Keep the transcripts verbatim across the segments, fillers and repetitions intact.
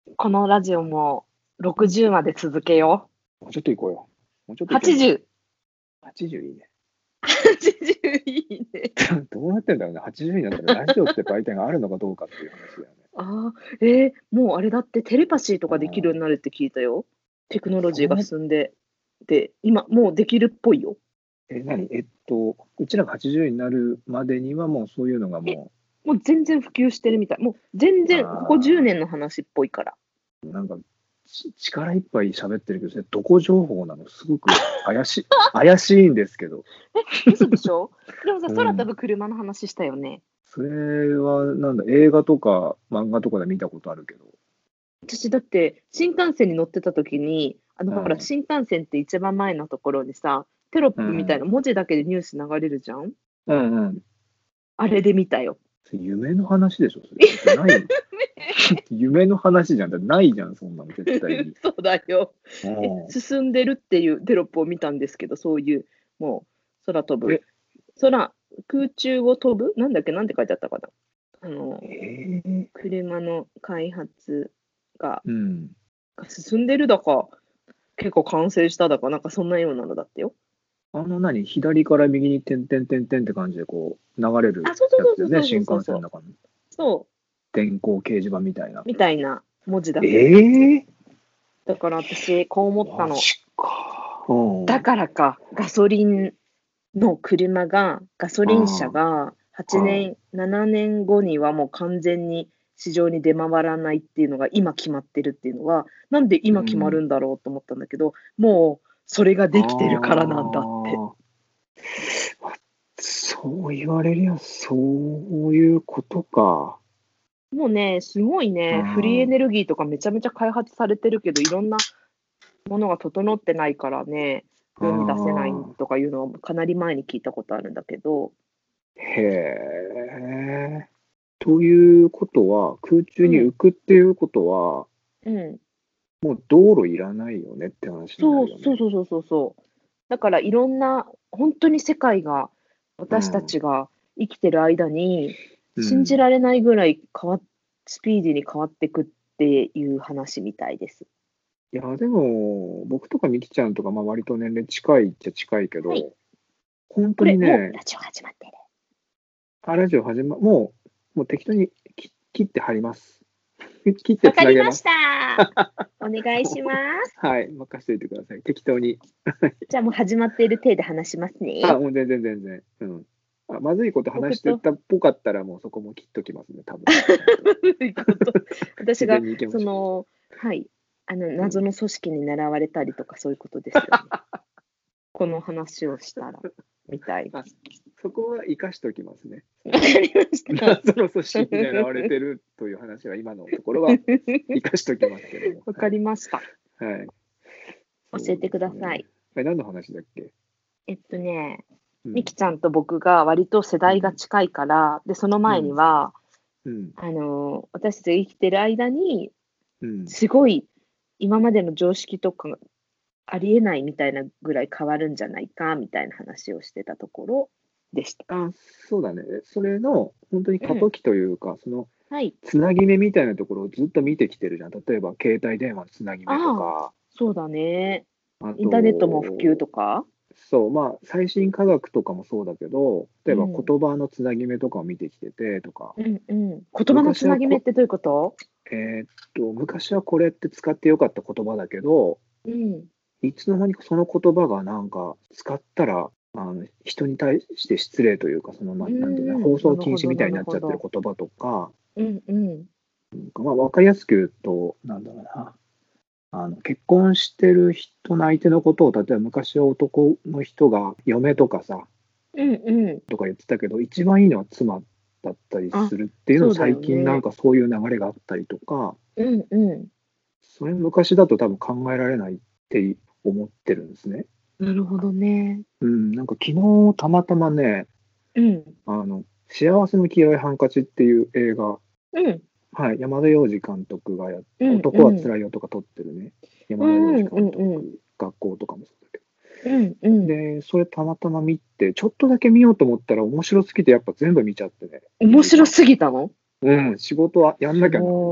このラジオもろくじゅうまで続けよもうちょっと行こうよ。もうちょっう。 と行けんのはちじゅう。 はちじゅういいね。 はちじゅういいね。 どうなってんだろうね。はちじゅうになったらラジオって媒体があるのかどうかっていう話だよね。 ああ、えー、もうあれだってテレパシーとかできるようあになるって聞いたよ。テクノロジーがその、 進んで。で、今もうできるっぽいよ。 え、何えっと、うちらがはちじゅうになるまでにはもうそういうのがえ、 ももう全然普及してるみたい。もう全う、 然ここ10 あ年の話っぽいから。 ーなんか、ち力いっぱい喋ってるけど、それどこ情報なのすごく怪しい、怪しいんですけど。 え、嘘でしょ？でもさ、 うん。 空飛ぶ車の話したよね。 それは、なんだ、映画とか漫画とかで見たことあるけど。 私だって新幹線に乗ってた時に、あのほら、 うん。 新幹線って一番前のところにさ、テロップみたいうん。 な文字だけでニュース流れるじゃん？ うんうん。 あれで見たよ。 それ夢の話でしょ、それ。だってない。夢の話じゃん。だってないじゃん、そんなの、絶対に。 そうだよ。え、 う進んでるっていうテロップを見たんですけど、そういう、もう、空飛ん。 ぶ。 え、 空、空中を飛ぶなんだっけなんて書いてあったかな。あの、 えー、 車の開発が、 うん。 が進んでるだか、結構完成しただか、なんかそんなようなのだったよ。 あの何、左から右に点々点々って感じでこう流れるあ、そうそやつだよね、 うそうそう新そうそう。 幹線の中のそう、 電光掲示板みたいな。 みたいな文字だったよ。 ええだから私、こう思ったの。 マジか。うん。 だからか、ガソリンの車が、ガソリン車あがあ、 8 はい。 年、ななねんごにはもう完全に市場に出回らないっていうのが今決まってるっていうのは、なんで今決まうん。 るんだろうと思ったんだけど、もうそれがあできてるからなんだって。 あ、そう言われりゃそういうことか。 もうね、すごいうね、フリーエん。 ネルギーとかめちゃめちゃ開発されてるけど、いろんなものが整ってないからね、 あ世に出せないあ、 とかいうのはかなり前に聞いたことあるんだけど、 へえ。ということは、空中にうん、 浮くっていうことは、 うん。 もう道路いらないよねって話になそう、 るよね。 そうそうそうそうそう。だからいろんな、本当に世界が、私たうん。 ちが生きてる間に、信じうん。 られないぐらい変わっスピーディーに変わってくっていう話みたいです。 いや、でも、僕とかミキちゃんとか、まあ割と年齢近いっちゃ近いけはい。 ど、本当これ、 にね、 もうラジオ始まってる。 あ、ラジオ始ま、もう、もう適当に切切って貼ります。切ってわかつなげます。 りました。お願いします。 はい、任せておいてください。適当に。 じゃあもう始まっている体で話しますあ、 ね。 もう全然全然。うん。あ、まずいこと話して僕と、 たっぽかったら、もうそこも切っときますね、多分。ちゃんと。 ということ私が、 自然に行きましょその、はい、あの、 う。うん。 謎の組織に狙われたりとかそういうことですよね。この話をしたら、みたいあ、 な。 そこは生かしておきますね。そわかの、 りました。 謎の組織に狙われてるという話は今のところは生かしておきますけども。 わかはい。 りました。 はい。そ教えてくうですね。 ださい。 え、何の話だっけ？ えっとね、 うん。 みきちゃんと僕が割と世代がうん。 近いから、で、その前にうん。 は、 うん。 あの、私たちが生きてる間に、 うん。 すごい今までの常識とかありえないみたいなぐらい変わるんじゃないかみたいな話をしてたところでした。 あ、そうだね。それの、本当にうん。 過渡期というか、その、 はい。 つなぎ目みたいなところをずっと見てきてるじゃん。例えば、携帯電話のつなぎ目とああ、 か、 そうだね。 あインターネットも普及と、 とか。 そう、まあ、最新科学とかもそうだけど、例えばうん。 言葉のつなぎ目とかを見てきててとか、 うんうん。言葉のつ昔はこ、 なぎ目ってどういうこと？ えーっと、昔はこれって使ってよかった言葉だけど、 うん。 いつの間にかその言葉がなんか使ったら、あの人に対して失礼というか、その、 うま、なんていうの、 んうん。 放送なるほど、 禁止みたいになるなっちゃってるほど。 言葉とか、 うんうん。 まあ、わかりやすく言うと、なんだろうな、あの結婚してる人の相手のことを、例えば昔は男の人が嫁とかさ、 うんうん。 とか言ってたけど、一番いいのは妻だったりあ、 するっていうのをそうだ最近なんよね。 かそういう流れがあったりとか、 うんうん。 それ昔だと多分考えられないって思ってるんですね。 なるほどね。 うん、なんか昨日たまたまね、 うん。 あの、幸せの黄色いハンカチっていう映画、 うん。 はい、山田洋次監督がやっうた、 んうん。 男はつらいよとか撮ってるね、山田洋次うんうんうん。 監督、学校とかもそうだけうんうん。 ど。で、それたまたま見て、ちょっとだけ見ようと思ったら面白すぎてやっぱ全部見ちゃってね、2 面白時間。 すぎたの？ うん、仕事はやんすなきゃな、 ごい。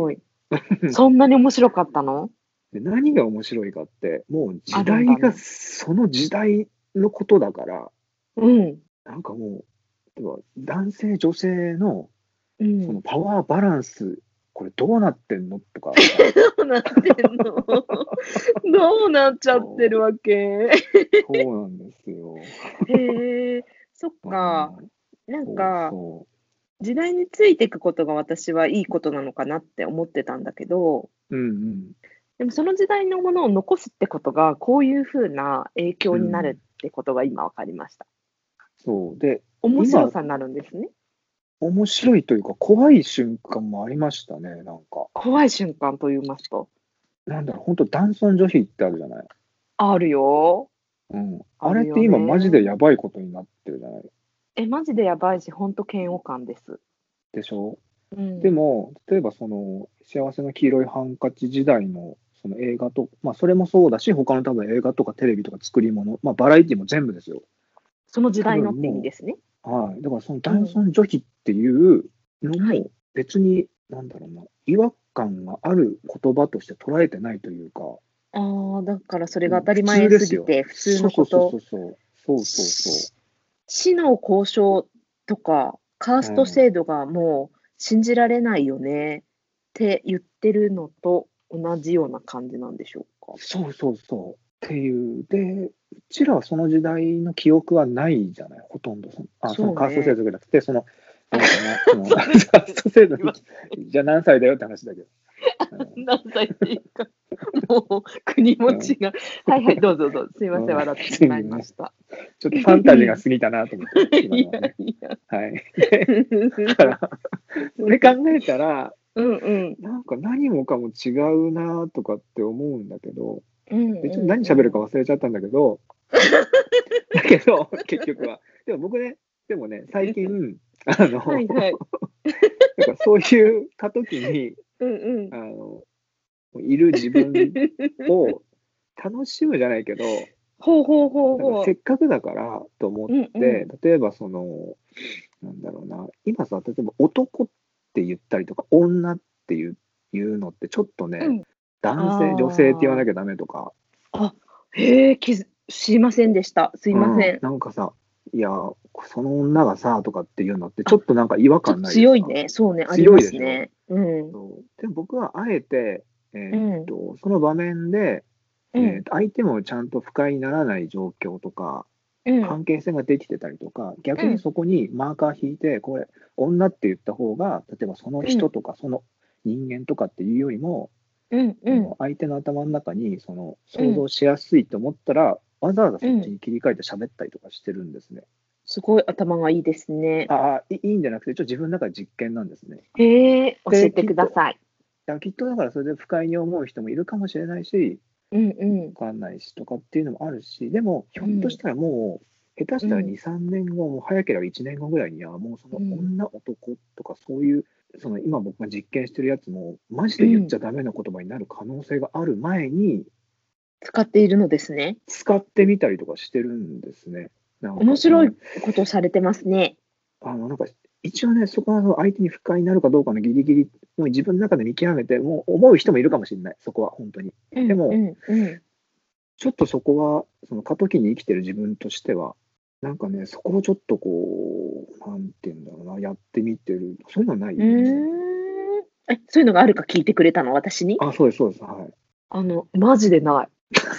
そんなに面白かったの？ で何が面白いかって、もう時あるん代がだね。 その時代のことだから、 うん。 なんかもう、例えば男性、女性のうそのん。 パワーバランス、これどうなってんのとかさ、 どうなってんの？どうなっちゃってそるわけ？ うそうなんですよ。 へえ、そっうか。 ん、 なんそうか、 そ時代についていくことが私はいいことなのかなって思ってたんだけど、 う。うんでもその時代のものを残すってことが、こういう風な影うん。 響になるうん。 ってことが今分かりました。 そう。で、 面白今、 さになるんですね。 面白いというか、怖い瞬間もありましたね、なんか。 怖い瞬間と言いますと。 なんだろう、ほんと男尊女卑ってあるじゃない。 あるよ。 うん。あれってあるよ今マジでね。 やばいことになってるじゃない。 え、マジでやばいし、ほんと嫌悪感です。 でしょ？ うん。 でも、例えばその、幸せの黄色いハンカチ時代のその映画と、まあそれもそうだし、他の多分映画とかテレビとか作り物、まあバラエティも全部ですよ。 その時多代のって意味分もですね。 う、はい。だからそのうん。 男尊女卑っていうのはい。 も別に、なんだろうな、違和感がある言葉として捉えてないというか、 ああ、だからそれがうん、普当たり前通ですよ。 すぎて、普通そうそうそうそのこと。 うそう。そうそうそし死の交渉とか、カーう。うストん。 制度がもう信じられないよねって言ってるのと同じような感じなんでしょうか？ そうそうそう。っていう。で、うちらはその時代の記憶はないじゃない、ほとんど。そのあ、そのカースト制そうね。 度じゃなくて、その、なんだろうな、その、カそれぞれースト制度います。 じゃ何歳だよって話だけど。 何歳っていうか、もう国うん。 持ちが。はいはい、どうぞどうぞ。すいません、 うん。 笑ってしまいすみません。 ました。 ちょっとファンタジーが過ぎたなと思って、今いやのはね。 いや。 はい。で、だから、それ考えたら、 うんうん。 なんか何もかも違うなとかって思うんだけど、 うんで、ちょっとうんうん。 何喋るか忘れちゃったんだけど、だけど、結局は。でも僕ね、でもね、最近、あの、 はいはい。 なんかそういうた時に、 うんうん。 あの、いる自分を楽しむじゃないけど、 ほうほうほうなんかほう。 せっかくだからと思っうんうて、 ん。 例えばその、なんだろうな、今さ、例えば男って言ったりとか、女っていういうのってちょっとね、 うん。 男性、女性って言わあなきゃダメとか、 あ。あ、へえ、きづ知りませんでした。すいうん、 ません。 なんかさ、いや、その女がさとかっていうのってちょあ、 っとなんか違和ちょっと感ないですか？ 強いね。そうね、ありま強いでしょ？ すね。うん。 そう。でも僕はあえて、えーっうん。 と、その場面で、 うん。 えーっと、相手もちゃんと不快にならない状況とか、 うん。 関係性ができてたりとか、 うん。 逆にそこにマーカー引いて、これ、女って言った方が、例えばそのうん。 人とか、その人間とかっていうよりも、 うんうん。 その相手の頭の中にそのうん。 想像しやすいと思ったら、わざわざそっちうん。 に切り替えて喋ったりとかしてるんですね。 すごい頭がいいですね。 ああ、いいいんじゃなくて、ちょっと自分の中で実験なんですね。 へえ、教えで、 てきっと、 ください。 いやきっとだからそれで不快に思う人もいるかもしれないし、 うんうん。 わかんないしとかっていうのもあるし、でも、ひょうん。 っとしたらもう、下手したらうん。 に、さんねんご、もう早ければいちねんごぐらいには、もうそのうん。 女、男とかそういう、その今僕が実験してるやつも、マジうん。 で言っちゃダメな言葉になる可能性がある前に、 使っているのですね。 使ってみたりとかしてるんですね。なんか、その、 面白いことをされてますね。 あの、なんか、一応ね、そこはあの相手に不快になるかどうかのギリギリ、もう自分の中で見極めて、もう思う人もいるかもしれない、そこは本当に。 うんうでも、 んうん。 ちょっとそこは、その過渡期に生きてる自分としては、なんかね、そこをちょっとこう、なんて言うんだろうな、やってみてる。そういうのない？ うーん。え、そういうのがあるか聞いてくれたの？私に？ あ、そうですそうです。はい。 あの、マジでない。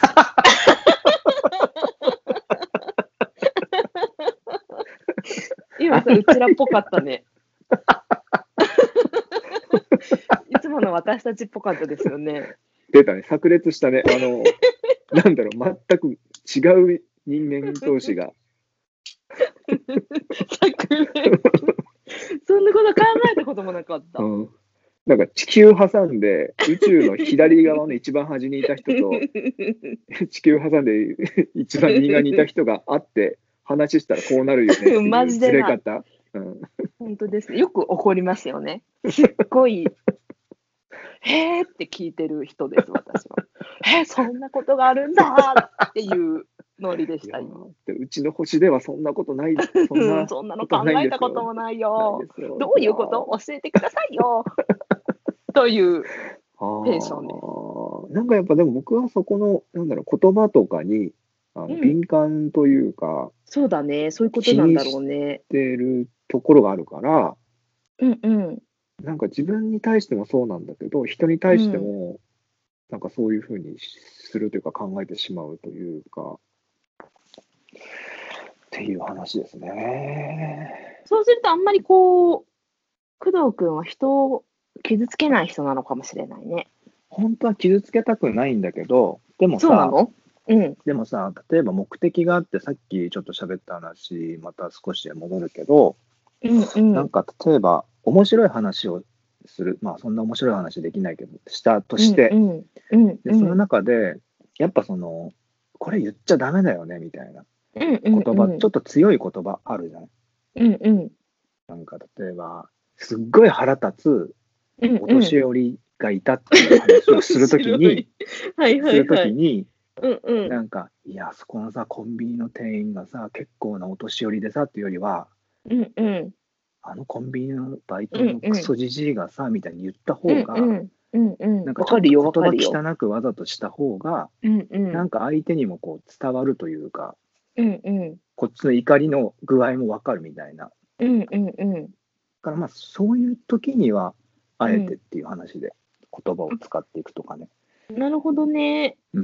今さ、うちらっぽかったね。いつもの私たちっぽかったですよね。 出たね、炸裂したね。あの、なんだろう、全く違う人間同士が。 炸裂。そんなこと考えたこともなかった。 うん。なんか地球挟んで、宇宙の左側の一番端にいた人と、地球挟んで一番右側にいた人が会って話したらこうなるよねってマいうずジでない。 れ方。うん、 本当ですね。よく怒りますよね。すっごい、へーって聞いてる人です、私は。えー、そんなことがあるんだっていうノリでしいやた、今。 ー、うちの星ではそんなことない、そんなそんなの考ことはないんえたことですよ。 もないないでよ。 すよ。 どういやいうこと教えてくださいよ。というテンションで。 ああ、なんかやっぱでも僕はそこの、なんだろう、言葉とかにあのうん、 敏感というか、 そうだね。そういうこと気なんだろにしうね。 てるところがあるから、 うんうん。 なんか自分に対してもそうなんだけど、人に対してうん。 も、なんかそういうふうにするというか考えてしまうというか、っていう話ですね。 そうするとあんまりこう、工藤君は人を傷つけない人なのかもしれないね。 本当は傷つけたくないんだけど、でもさ、 そうなの？うん。 でもさ、例えば目的があって、さっきちょっと喋った話、また少し戻るけど、 うんうん。 なんか例えば面白い話をする、まあそんな面白い話できないけど、したとうんうして、 ん。うんで、そのうん。 中で、やっぱその、これ言っちゃダメだよね、みたいなうんうん言葉、ちうん。 ょっと強い言葉あるじゃない。 うんうん。 なんか例えば、すっごい腹立つうんうん。 お年寄りがいたっていう話をす面るときに、 白い。はいするとはいはい。 きに、 うんうん。 なんか、いや、そこのさ、コンビニの店員がさ、結構なお年寄りでさっていうよりは、 うんうん。 あのコンビニのバイトうんうん。 のクソじじいがさ、みたいに言ったう方が、 んうん。うんうん。 なんかちょっとわかるよわ言葉かるよ。 汚くわざとした方が、 うんうん。 なんか相手にもこう伝わるというか、 うんうん。 こっちの怒りの具合もわかるみたいな。だうんうんうん。 からまあ、そういう時には、あうん。 えてっていう話で言葉を使っていくとかね。 なるほどね。 うん。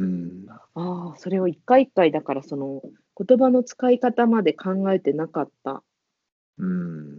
ああ、それを一回一回だからその、言葉の使い方まで考えてなかった。 うん。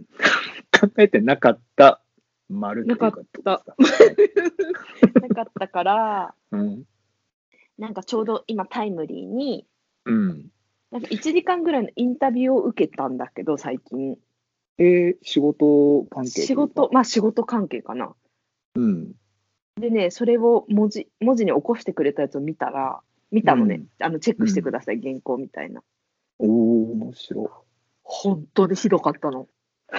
考えてなかった、丸っなかっていうかってことですた。 か。はい。 なかったから、 うん。 なんかちょうど今タイムリーに、 うん。 なんかいちじかんぐらいのインタビューを受けたんだけど、最近。 えー、仕事関係仕事、 というか。 まあ仕事関係かな。 うん。 でね、それを文字文字に起こしてくれたやつを見たら見たのね。 うん。 あのチェックしてくうん。 ださい、原稿みたいな。 おー、面白ほんとにひどかったの。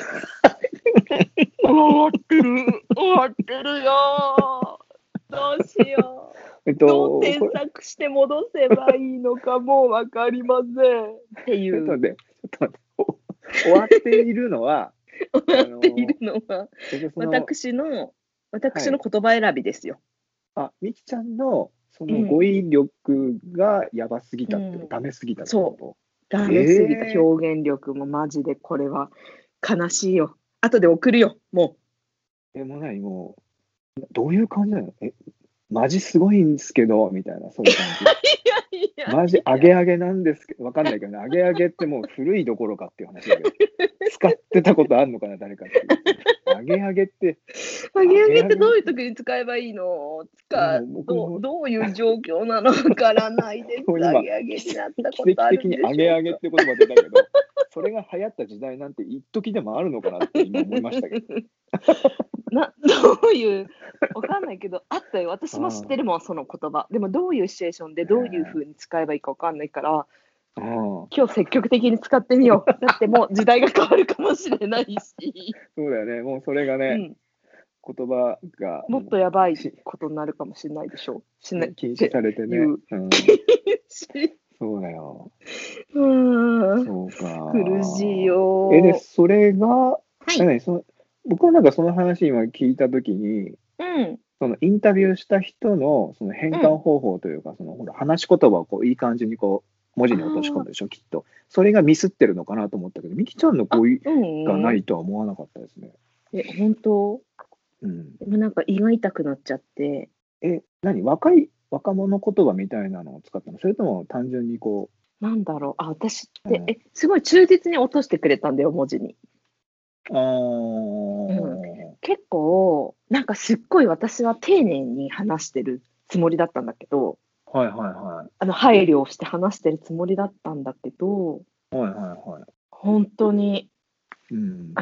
終わってる、終わってるよ。どうしよい。えっう。どうと、これ、 添削して戻せばいいのかもう分かりません。ってちいう、 ょっと待って、ちょっと待って、お終わっているのは、 終わあっているの、 のは、 えっと、その、 私の私のはい。 言葉選びですよ。 あ、みきちゃんの、その語うん、 彙力がやばすぎたってこと、 うん。 ダメすぎたってこそう。 と。 ダメすぎた。 ええ表現力もマジでこれは悲しいよ。後で送るよ、もー、え、もう何もう、どういう感じなの？え、マジすごいんですけど、みたいな、そういう感じ。 う。いやいやマジいや。 アゲアゲなんですけど、わかんないけどね、アゲアゲってもう古いどころかっていう話だけど、使ってたことあるのかな、誰かっていう。アゲアゲって、 上げ上げってアゲアゲ、 どういう時に使えばいいの？使もう僕どうも、 どういう状況なの？わからないです。 もう今、 上げ上げに奇なったこ奇跡とあるん的にアゲでしょうか？ アゲって言葉出たけど、それが流行った時代なんて一時でもあるのかなって今思いましたけど。 な、どういう、わかんないけど、あったよ。私も知ってあるもん、その言葉。でもどういうシチュエーションであ、 どういうえ風に使えばいいかわかんないから、 え、ああ、 今日積極的に使ってみよう。だってもう時代が変わるかもしれないし。 そうだよね、もうそれがね、 うん。 言葉がもっもとやばいうし、 ことになるかもしれないでしょう。しないっね、禁止てされてね、 いう。 うん、 しそうだよ。 うーん。 そう苦しいか。え、で、 よ。 それが、え、 はい。 何その、僕はなんかその話今聞いたときに、 うん。 そのインタビューした人のその変換うん。 方法というか、そのほら話し言葉をこういい感じにこう文字に落とし込むあでしょ、きっと。それがミスってるのかなと思ったけど、みきちゃんのあ。あ、 語彙うんうん。 がないとは思わなかったですね。 え、本当？ うん。 でもなんか胃が痛くなっちゃって、 え、何若い、若者言葉みたいなのを使ったの？それとも単純にこなんだろう。あ、私っう、うて、 ん、 え、すごい忠実に落としてくれたんだよ、文字に。 あうん。 ー、 結構、なんかすっごい私は丁寧に話してるつもりだったんだけど、 はいはいはあの、配慮をして話してるつもりだったんだけど、 い。はいはいはい。 本当に、 うん。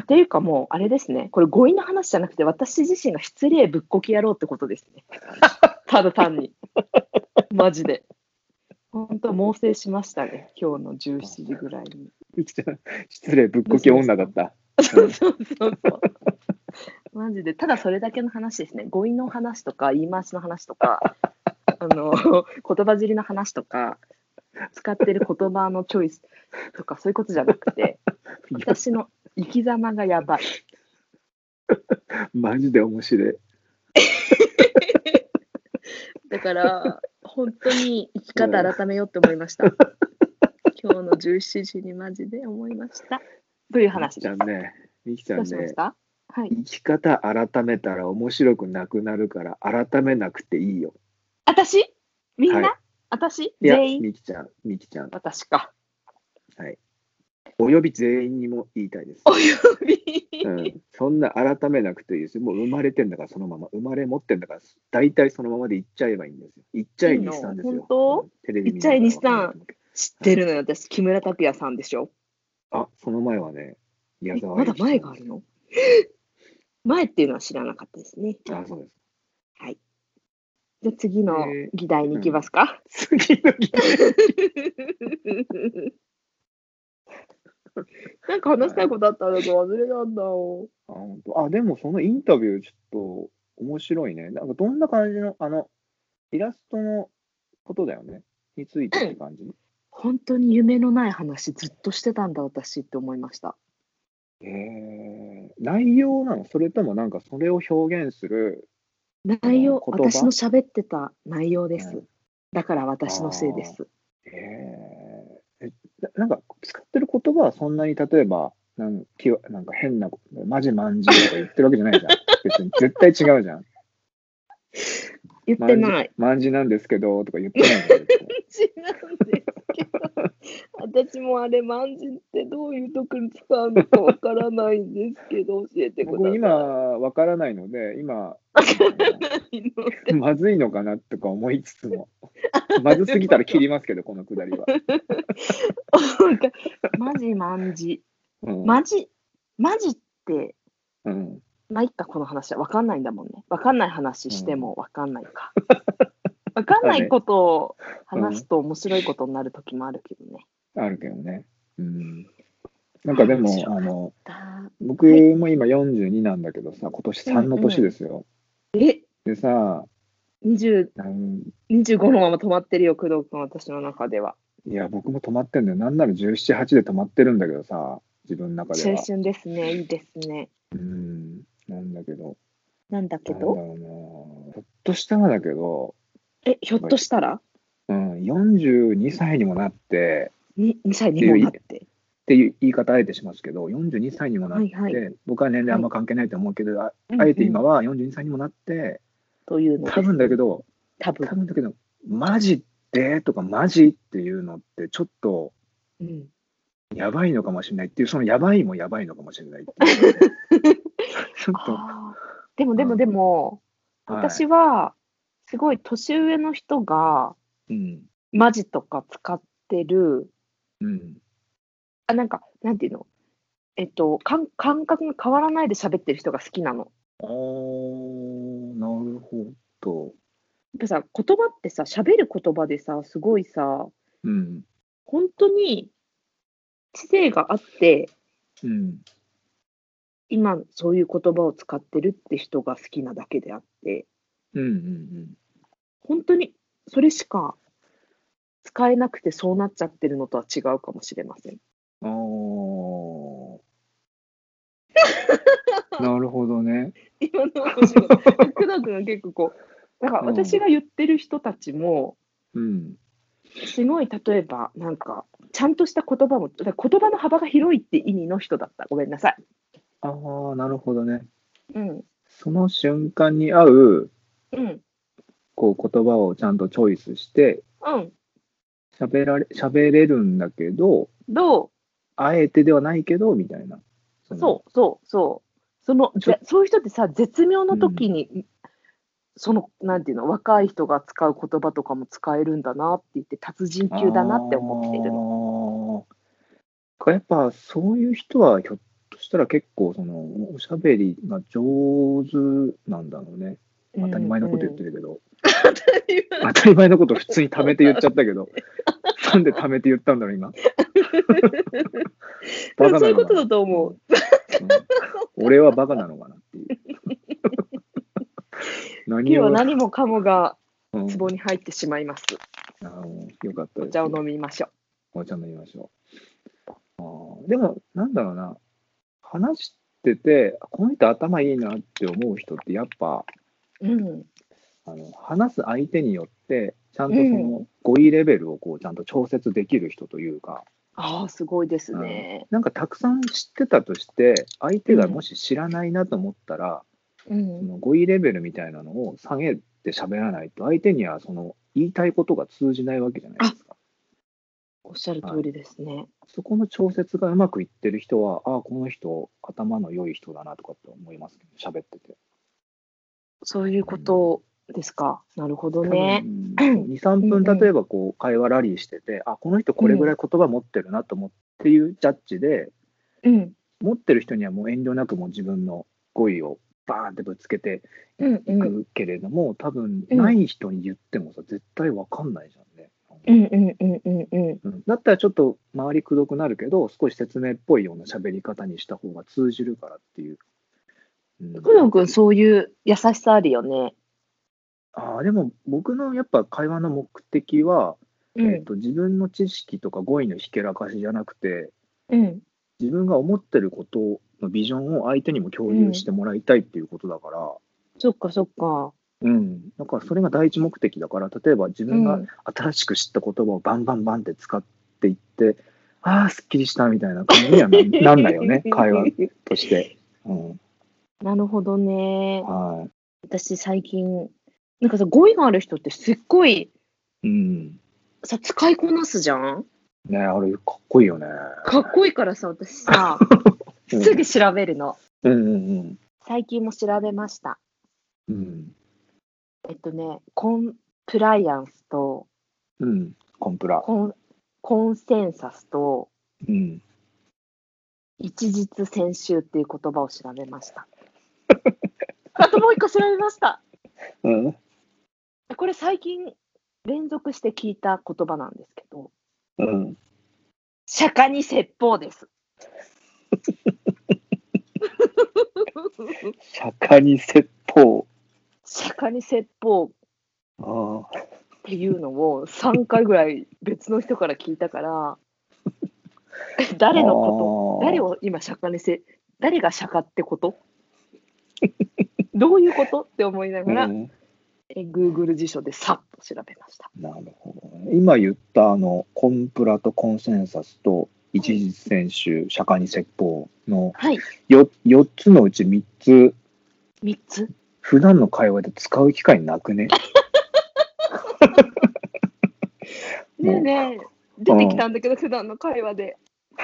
あ、ていうかもう、あれですね。これ語彙の話じゃなくて、私自身が失礼ぶっこき野郎ってことですね。ただ単に。マジで。本当猛省しましたね。今日のじゅうしちじぐらいに。 みきちゃん、失礼、ぶっどうこきしました？ 女だった。うん。 そうそうそうそう。マジで。ただそれだけの話ですね。語彙の話とか、言い回しの話とか、あの、言葉尻の話とか、使ってる言葉のチョイスとか、そういうことじゃなくて、 いや、 私の生き様がやばい。 マジで面白い。 だから本当に生き方改めようって思いました。今日のじゅうしちじにマジで思いました。というみき話です。 ちゃんね、みきちゃどうんしましね、 た？はい。 生き方改めたら面白くなくなるから改めなくていいよ。 私？みんな？ はい。 私？ いや、 全員？ みきちゃん、みきちゃん。 私か。 はい。および全員にも言いたいです。 および。 うん。そんな改めなくていいですよ。もう生まれてんだからそのまま。生まれ持ってんだから、大体そのままで言っちゃえばいいんですよ。言っちゃえいいの？ 日産ですよ。 本当？ うん、テレビいっちゃい見ながらわかん西さん、 ないと思うけ知っど。はい。 てるのよ。私、木村拓哉さんでしょ。 あ、その前はね、矢え、 沢まだ永吉さんです。 前があるの？前っていうのは知らなかったですね。 あ、そうです。 はい。じゃあ次ので、 議題に行きまうん。 すか。 次の議題。 なんか話したいこはい。 とあったんだと忘れたんだよ。 あ、本当。あ、でもそのインタビューちょっと面白いね。なんかどんな感じの、あの、イラストのことだよね。についてうん。 って感じ。 本当に夢のない話ずっとしてたんだ私って思いました。 えー、内容なの？それともなんかそれを表現する、そ内容、 の言葉？ 私の喋ってた内容です。 うん。 だからあ私のせいであ、 す。 えー、え、ななんか使ってる言葉はそんなに例えば、なんきわなんか変な、マジマンジとか言ってるわけじゃないじゃん。別に絶対違うじゃん。 言っマンジ、 てない。 マンジなんですけどとか言ってないじゃん、絶対。 違うんですけど、私もあれ、万字ってどういう時に使うのかわからないんですけど、教えてく僕今ださい。 わからないので、今、 わからあの、 ないので。 まずいのかなとか思いつつも、まずすぎたら切りますけど、このくだりは。 なんかマジ万字。 うん。 マジ、マジって、 うん。 まあ、いっか、この話はわかんないんだもんね。わかんない話してうん。 もわかんないか。わかんだね。 ないことを話すうん。 と面白いことになる時もあるけどね。 あるけどね。うん。なんかああ、 でも、 面白かっあの、 た。 僕はい。 も今よんじゅうになんだけどさ、今年うさんのんうん。 年ですよ。 え、 でさ、 にじゅう、 なん、 にじゅうごのまま止まってるよ、工藤君、私の中では。 いや、僕も止まってんだよ。なんならじゅうなな、はちで止まってるんだけどさ、自分の中では。 青春ですね。いいですね。 うん。なんだけど、 なんだけど、 なんだろうな。ひょっとしたらだけど、 え、ひょっとしたらうん、よんじゅうにさいにもなって、 に、にさいにっていうい、っもなって。 ていう言い方あえてしますけど、よんじゅうにさいにもなっはいはい。 て、僕は年齢あはい。 んま関係ないと思うけど、あ、あえてうんうん。 今はよんじゅうにさいにもなって、 というの多ですね。 分だけど、 多分。 多分だけど、マジでとかマジっていうのってちょっとうん。 やばいのかもしれないっていう、そのやばいもやばいのかもしれないっていうので、ちょっと、 ああ。でもでもでうん、 も、 はい。 私は、すごい年上の人が、 うん、 マジとか使ってる、 うん。 あ、なんか、なんていうの、えっと、感感覚が変わらないで喋ってる人が好きなの。 あー、なるほど。 やっぱさ、言葉ってさ、喋る言葉でさ、すごいさ、 うん、 本当に知性があって、 うん、 今そういう言葉を使ってるって人が好きなだけであって、 うん、うん、 本当にそれしか使えなくてそうなっちゃってるのとは違うかもしれません。 うん。あー、なるほどね。 今の面白い。工藤君は結構こう、だからうん、 私が言ってる人たちも、 うん。 すごい例えば、なんか、ちゃんとした言葉も、だから言葉の幅が広いって意味の人だった。ごめんなさい。 ああ、なるほどね。 うん。 その瞬間に合う、 うん。 こう、言葉をちゃんとチョイスして、 うん。 喋られ、喋れるんだけど、 どあえてではないけど、みたいな。その、 う？そうそうそう。その、 ちょ、 ぜそういう人ってさ、絶妙のうん。 時に、その、なんていうの、若い人が使う言葉とかも使えるんだなって言って、達人あ級だなって思ってるの。 あ、やっぱそういう人はひょっとしたら結構そのおしゃべりが上手なんだろうね。 う当たり前のこと言っんうん。 てるけど、 当たり前。 当たり前のこと普通に貯めて言っちゃったけど、なんで貯めて言ったんだろう、今。バカそういうことなのかな。 だと思う。 うんうん、俺はバカなのかなっていう。何を、 今日は何もかもがうん、 壺に入ってしまいます。 あのよかったお茶をですよ。 飲みましょお茶飲みましょう。でも、なんだろうな、話してて、この人頭いいなって思う人って、やっぱ、 う。うん。 あの話す相手によってちゃんとその語彙レベルをこうちゃんと調節できる人というか、 ああ、すごいですうん、 ね。 なんかたくさん知ってたとして相手がもし知らないなと思ったら、 うそん、 の語彙レベルみたいなのを下げて喋らないと相手にはその言いたいことが通じないわけじゃないですか。 おっしゃる通りですね。 そこの調節がうまくいってる人は、ああ、この人、頭の良い人だなとかって思いますけど、喋ってて。 そういうことですか。なるほど多ね。 分、に、さんぷん、 うんうん例えばこう、会話ラリーしてて、あ、この人これぐらい言葉持ってるなと思っていうジャッジで、 うん持ってる人にはもう遠慮なくもう自分の語彙をバーンってぶつけてうんうんいくけれども、多分、 うんない人に言ってもさ、絶対わかんないじゃんね。 うんうんうんうんうんうん、だったらちょっと周りくどくなるけど、少し説明っぽいような喋り方にした方が通じるからっていう。うん、 工藤君、そういう優しさあるよね。 ああ、でも僕のやっぱ会話の目的は、 うんえっと、自分の知識とか語彙のひけらかしじゃなくて、 うん自分が思ってることのビジョンを相手にも共有してもらいたいっていうことだから、 そっかそっか。 うん、だからそれが第一目的だから、例えば自分がうん新しく知った言葉をバンバンバンって使っていって、ああ、すっきりしたみたいな感じにはななんないよね、会話として。うん、 なるほどね。 は私最近、なんかさ、語彙がある人ってすっごいい。うん。 さ、使いこなすじゃん。 ね、あれ、かっこいいよね。 かっこいいからさ、私さ、 うんすぐ調べるの。 うんうん最近も調べました。 うん。 えっとね、コンプライアンスとうん。うん。コンプラ。 コンコンセンサスとうん。 一日先週っていう言葉を調べました。あともう一個調べました。 うん。 これ最近連続して聞いた言葉なんですけど、 うん。 釈迦に説法です。 釈迦に説法。 釈迦に説法ああ。 っていうのをさんかいぐらい別の人から聞いたから誰のこと誰を今釈迦にせ誰が釈迦ってことどういうことって思いながら、 うん、 え Google 辞書でさっと調べました。 なるほどね。今言ったあのコンプラとコンセンサスと一日先週、釈迦に説法の 4, よっつのうちみっつ、 みっつ普段の会話で使う機会なくね。 ねえねえ、出てきたんだけど、普段の会話で。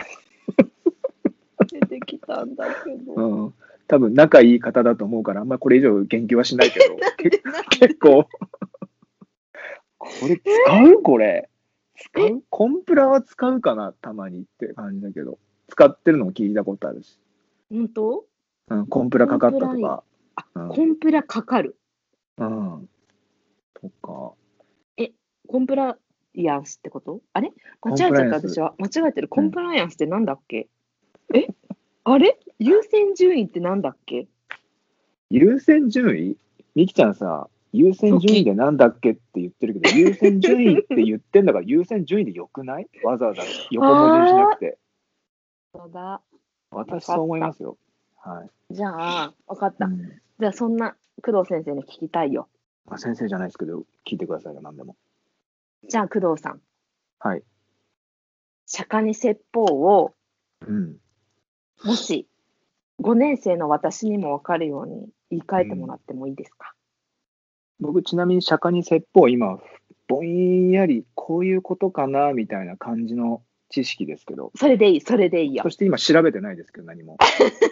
出てきたんだけど。 うん、多分仲いい方だと思うから、あんまこれ以上言及はしないけど、結構、これ使うこれ。使うコンプラは使うかなたまにって感じだけど、使ってるのも聞いたことあるし。 本当？ うん、コンプラかかったとか。 あ、 うん、 コンプラかかる。 うん。とか。 え、コンプライアンスってこと？あれ間違えちゃった、私は。間違えてる。コンプライアンスってなんだっけ？うん、えあれ優先順位ってなんだっけ？ 優先順位？みきちゃんさ、優先順位でなんだっけって言ってるけど、優先順位って言ってんだから優先順位でよくない？わざわざ横文字にしなくて。 そうだ。 私そう思いますよ。はい。 じゃあ、分かった。 うん、 じゃあ、そんな工藤先生に聞きたいよ。 あ、先生じゃないですけど、聞いてくださいよ、何でも。 じゃあ、工藤さん。 はい。 釈迦に説法を、 うん、 もしごねん生の私にも分かるように言い換えてもらってもいいですか？ うん、僕、ちなみに釈迦に説法、今、ぼんやりこういうことかなみたいな感じの知識ですけど。 それでいい、それでいいよ。 そして今、調べてないですけど、何も。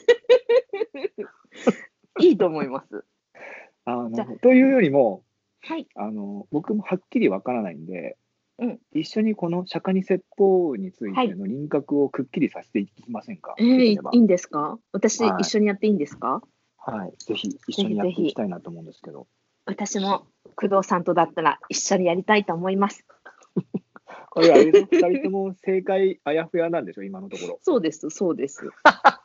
いいと思います。 あのというよりも、 はい、 あの僕もはっきりわからないんで、 うん、 一緒にこの釈迦に説法についての輪郭をくっきりさせていきませんか？ えー、いいんですか？私、 はい、 一緒にやっていいんですか？ はい、ぜひ一緒にやっていきたいなと思うんですけど。 私も工藤さんとだったら一緒にやりたいと思います。 これあれふたりとも正解あやふやなんでしょ、今のところ。 そうです、そうです。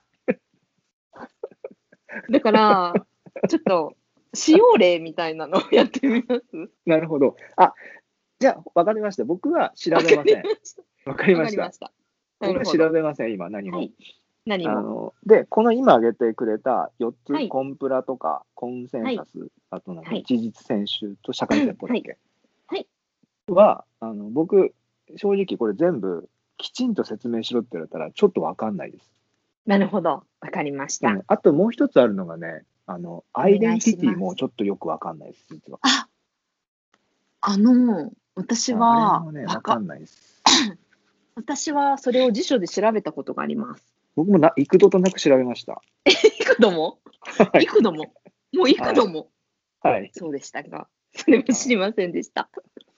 だから、ちょっと、使用例みたいなのをやってみます？ なるほど。あ、じゃあ、わかりました。僕は調べません。わかりました。僕は調べません、今、何も。はい、 何も。 あので、この今挙げてくれたよっつ、 はいコンプラとかコンセンサス、あとなんか事実選集と社会憲法だっけ、 はい。 はあの僕、正直これ全部きちんと説明しろって言われたらちょっとわかんないです。 なるほど。わかりました。 うん、あともう一つあるのがね、あのアイデンティティもちょっとよくわかんないです、実は。 あ、あの、私あは、 れもね、 わか、 わかんないです。 私はそれを辞書で調べたことがあります。 僕もな幾度となく調べました。 幾度もはい幾度ももう幾度も、 はい。 そうでしたが、それも知りませんでした。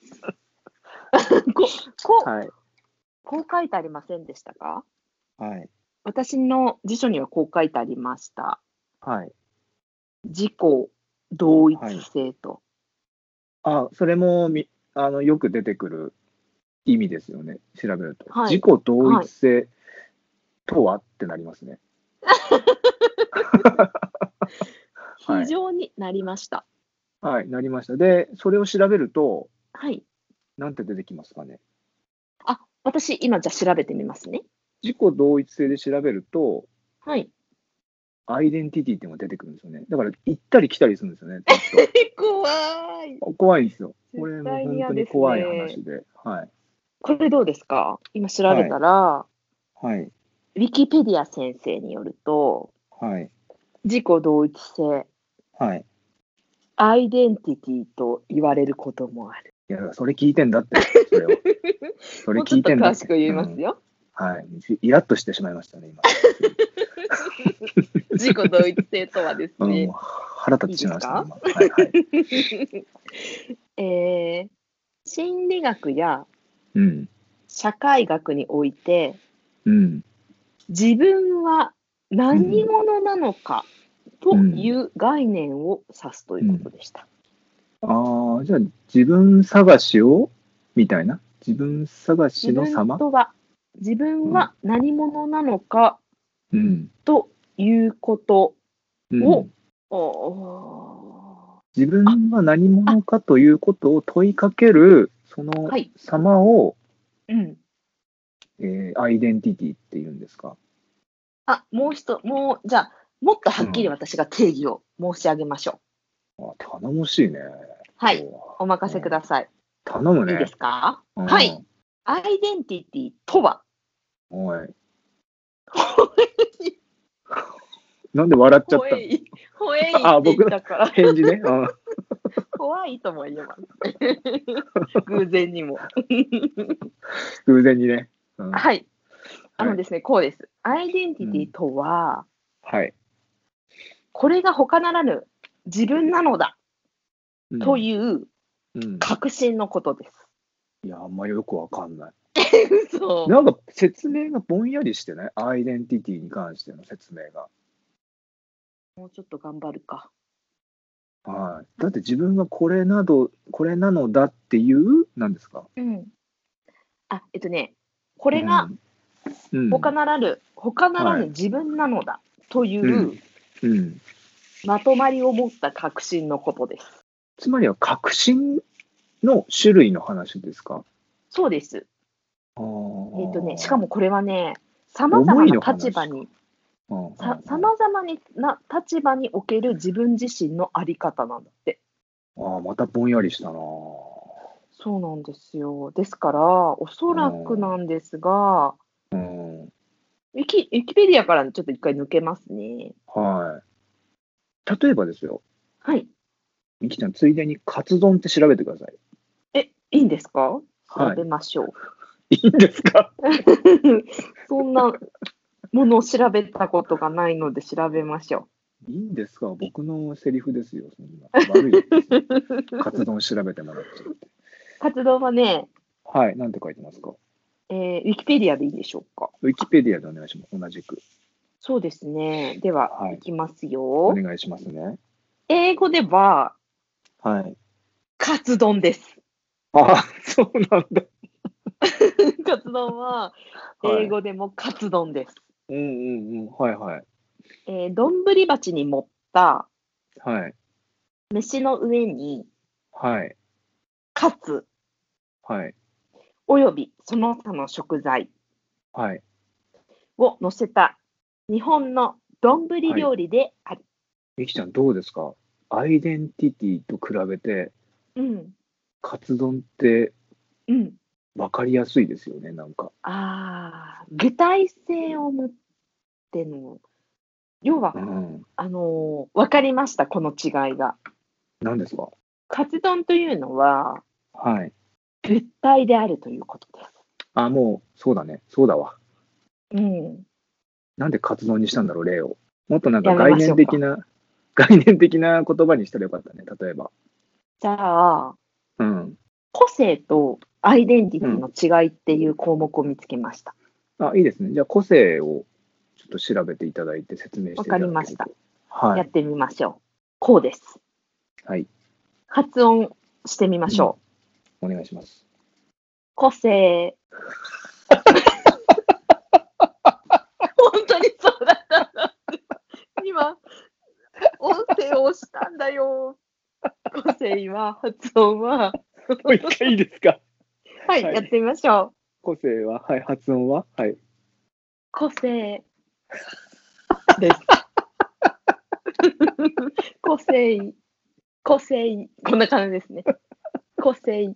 ここう、 はい。 こう書いてありませんでしたか？ はい。 私の辞書にはこう書いてありました。 はい。 自己同一性と。 あ、それもみあのよく出てくる意味ですよね、調べると。 はい自己同一性とはってなりますね。はい非常になりました。 はい、なりました。で、それを調べると、 はい。 なんて出てきますかね。 あ、私今じゃあ調べてみますね。 自己同一性で調べると、 はい。 アイデンティティっていうのが出てくるんですよね。だから行ったり来たりするんですよね。ずっ怖い。 と怖いんですよ。これ絶も本当対に嫌ですに怖いね。 話で。はい。 これどうですか？今調べたら、 はい。 ウィキペディア先生によると、 はい。 自己同一性、 はい。 アイデンティティと言われることもある。 いや、それ聞いてんだって、それを。それもうちょっと聞いてんだって。 詳しく言いますよ。 うん、はい。イラッとしてしまいましたね、今。 自己同一性とはですうん、 ね、 もう腹立ってしまいましたね、 いい今。はいはい。 えー心理学やうん。 社会学において、 うん。 自分は何者なのかという概念を指すということでした。 ああ、じゃあ自分探しをみたいな自分探し自分の様とは、自分は何者なのかうん。 ということうん。 を、お自分は何者かということを問いかける、そのはい様を、 うん。 えーアイデンティティっていうんですか。 あ、もう一つ、もう、じゃあ、もっとはっきり私が定義を申し上げましょう。 あ、頼もしいね。 はい、お任せください。 頼むね。 いいですか？ うんはい。アイデンティティとは、 おい。なんで笑っちゃったの？ ほえい、ほえいあ、 って僕の言ったから、 返事ね。うん怖いとも言えます。偶然にも。 偶然にね。うんはい。あはいのですね、こうです。アイデンティティとは、 はい。 これが他ならぬ自分なのだうんといううん確信のことです。 いや、あんまよくわかんない。 嘘。 なんか説明がぼんやりしてないアイデンティティに関しての説明が。 もうちょっと頑張るか。 はい。だって自分はこれなど、これなのだっていう、なんですかうん。あ、えっとね、これがうん。 他ならぬ、他ならはいぬ自分なのだという、 うんうん。 まとまりを持った確信のことです。 つまりは確信の種類の話ですか？ そうです。 あーえっとね、しかもこれはね、さまざまな思いの話立場に、 うんささまざまな立場における自分自身のあり方なんだって。 ああ、またぼんやりしたな。 そうなんですよ。ですから、おそらくなんですが、 うん。 ウィキ、ウィキペディアからちょっと一回抜けますね。 はい。例えばですよ、 はい。 みきちゃん、ついでにカツ丼って調べてください。 え、いいんですか？ はい調べましょう。 いいんですか？ そんなものを調べたことがないので調べましょいいんですか？僕のセリフですよ。そんな悪いですよ。 う。 カツ丼調べてもらっちゃって。 活動はね、 はい。なんて書いてますか？ えー、ウィキペディアでいいでしょうか？ ウィキペディアでお願いします。同じく。 そうですね。では、 はいいきますおよ。 願いしますね。 英語では、 はい。 カツ丼です。 あ、そうなんだ。 カツ丼は、 はい英語でもカツ丼です。 うんうんうん。はいはい。 えー、丼鉢に盛ったはい。 飯の上に、 はい。 カツ、 はい。 およびその他の食材はい。 を乗せた日本の丼はい。 料理である。 みきちゃんどうですか？アイデンティティと比べて、 うん。 カツ丼ってうん。 分かりやすいですよね、なんか。 ああ、具体性を持っての、要は、 うん。 あのー、わかりました、この違いが。 何ですか？ カツ丼というのは、 はい。 物体であるということです。 あ、もう、そうだね。そうだわ。 うん。 なんでカツ丼にしたんだろう、例を。もっとなんかやめ概ましょうか。 念的な、概念的な言葉にしたらよかったね、例えば。 じゃあ、 うん。 個性とアイデンティティうん。 の違いっていう項目を見つけました。 あ、いいですね。じゃあ、個性をちょっと調べていただいて説明しわていかりました。 ただけると。はい。 やってみましょう。こうです。 はい。 発音してみまうん。 しょお願いします。 う。個性。本当にそうだったんだ。今、音声を押したんだよ。個性は、発音は。 もう一回いいですか？ はい、 はい。 やってみましょう。 個性は、はい。発音は、はい。 個性です。個性、個性、こんな感じですね。個性、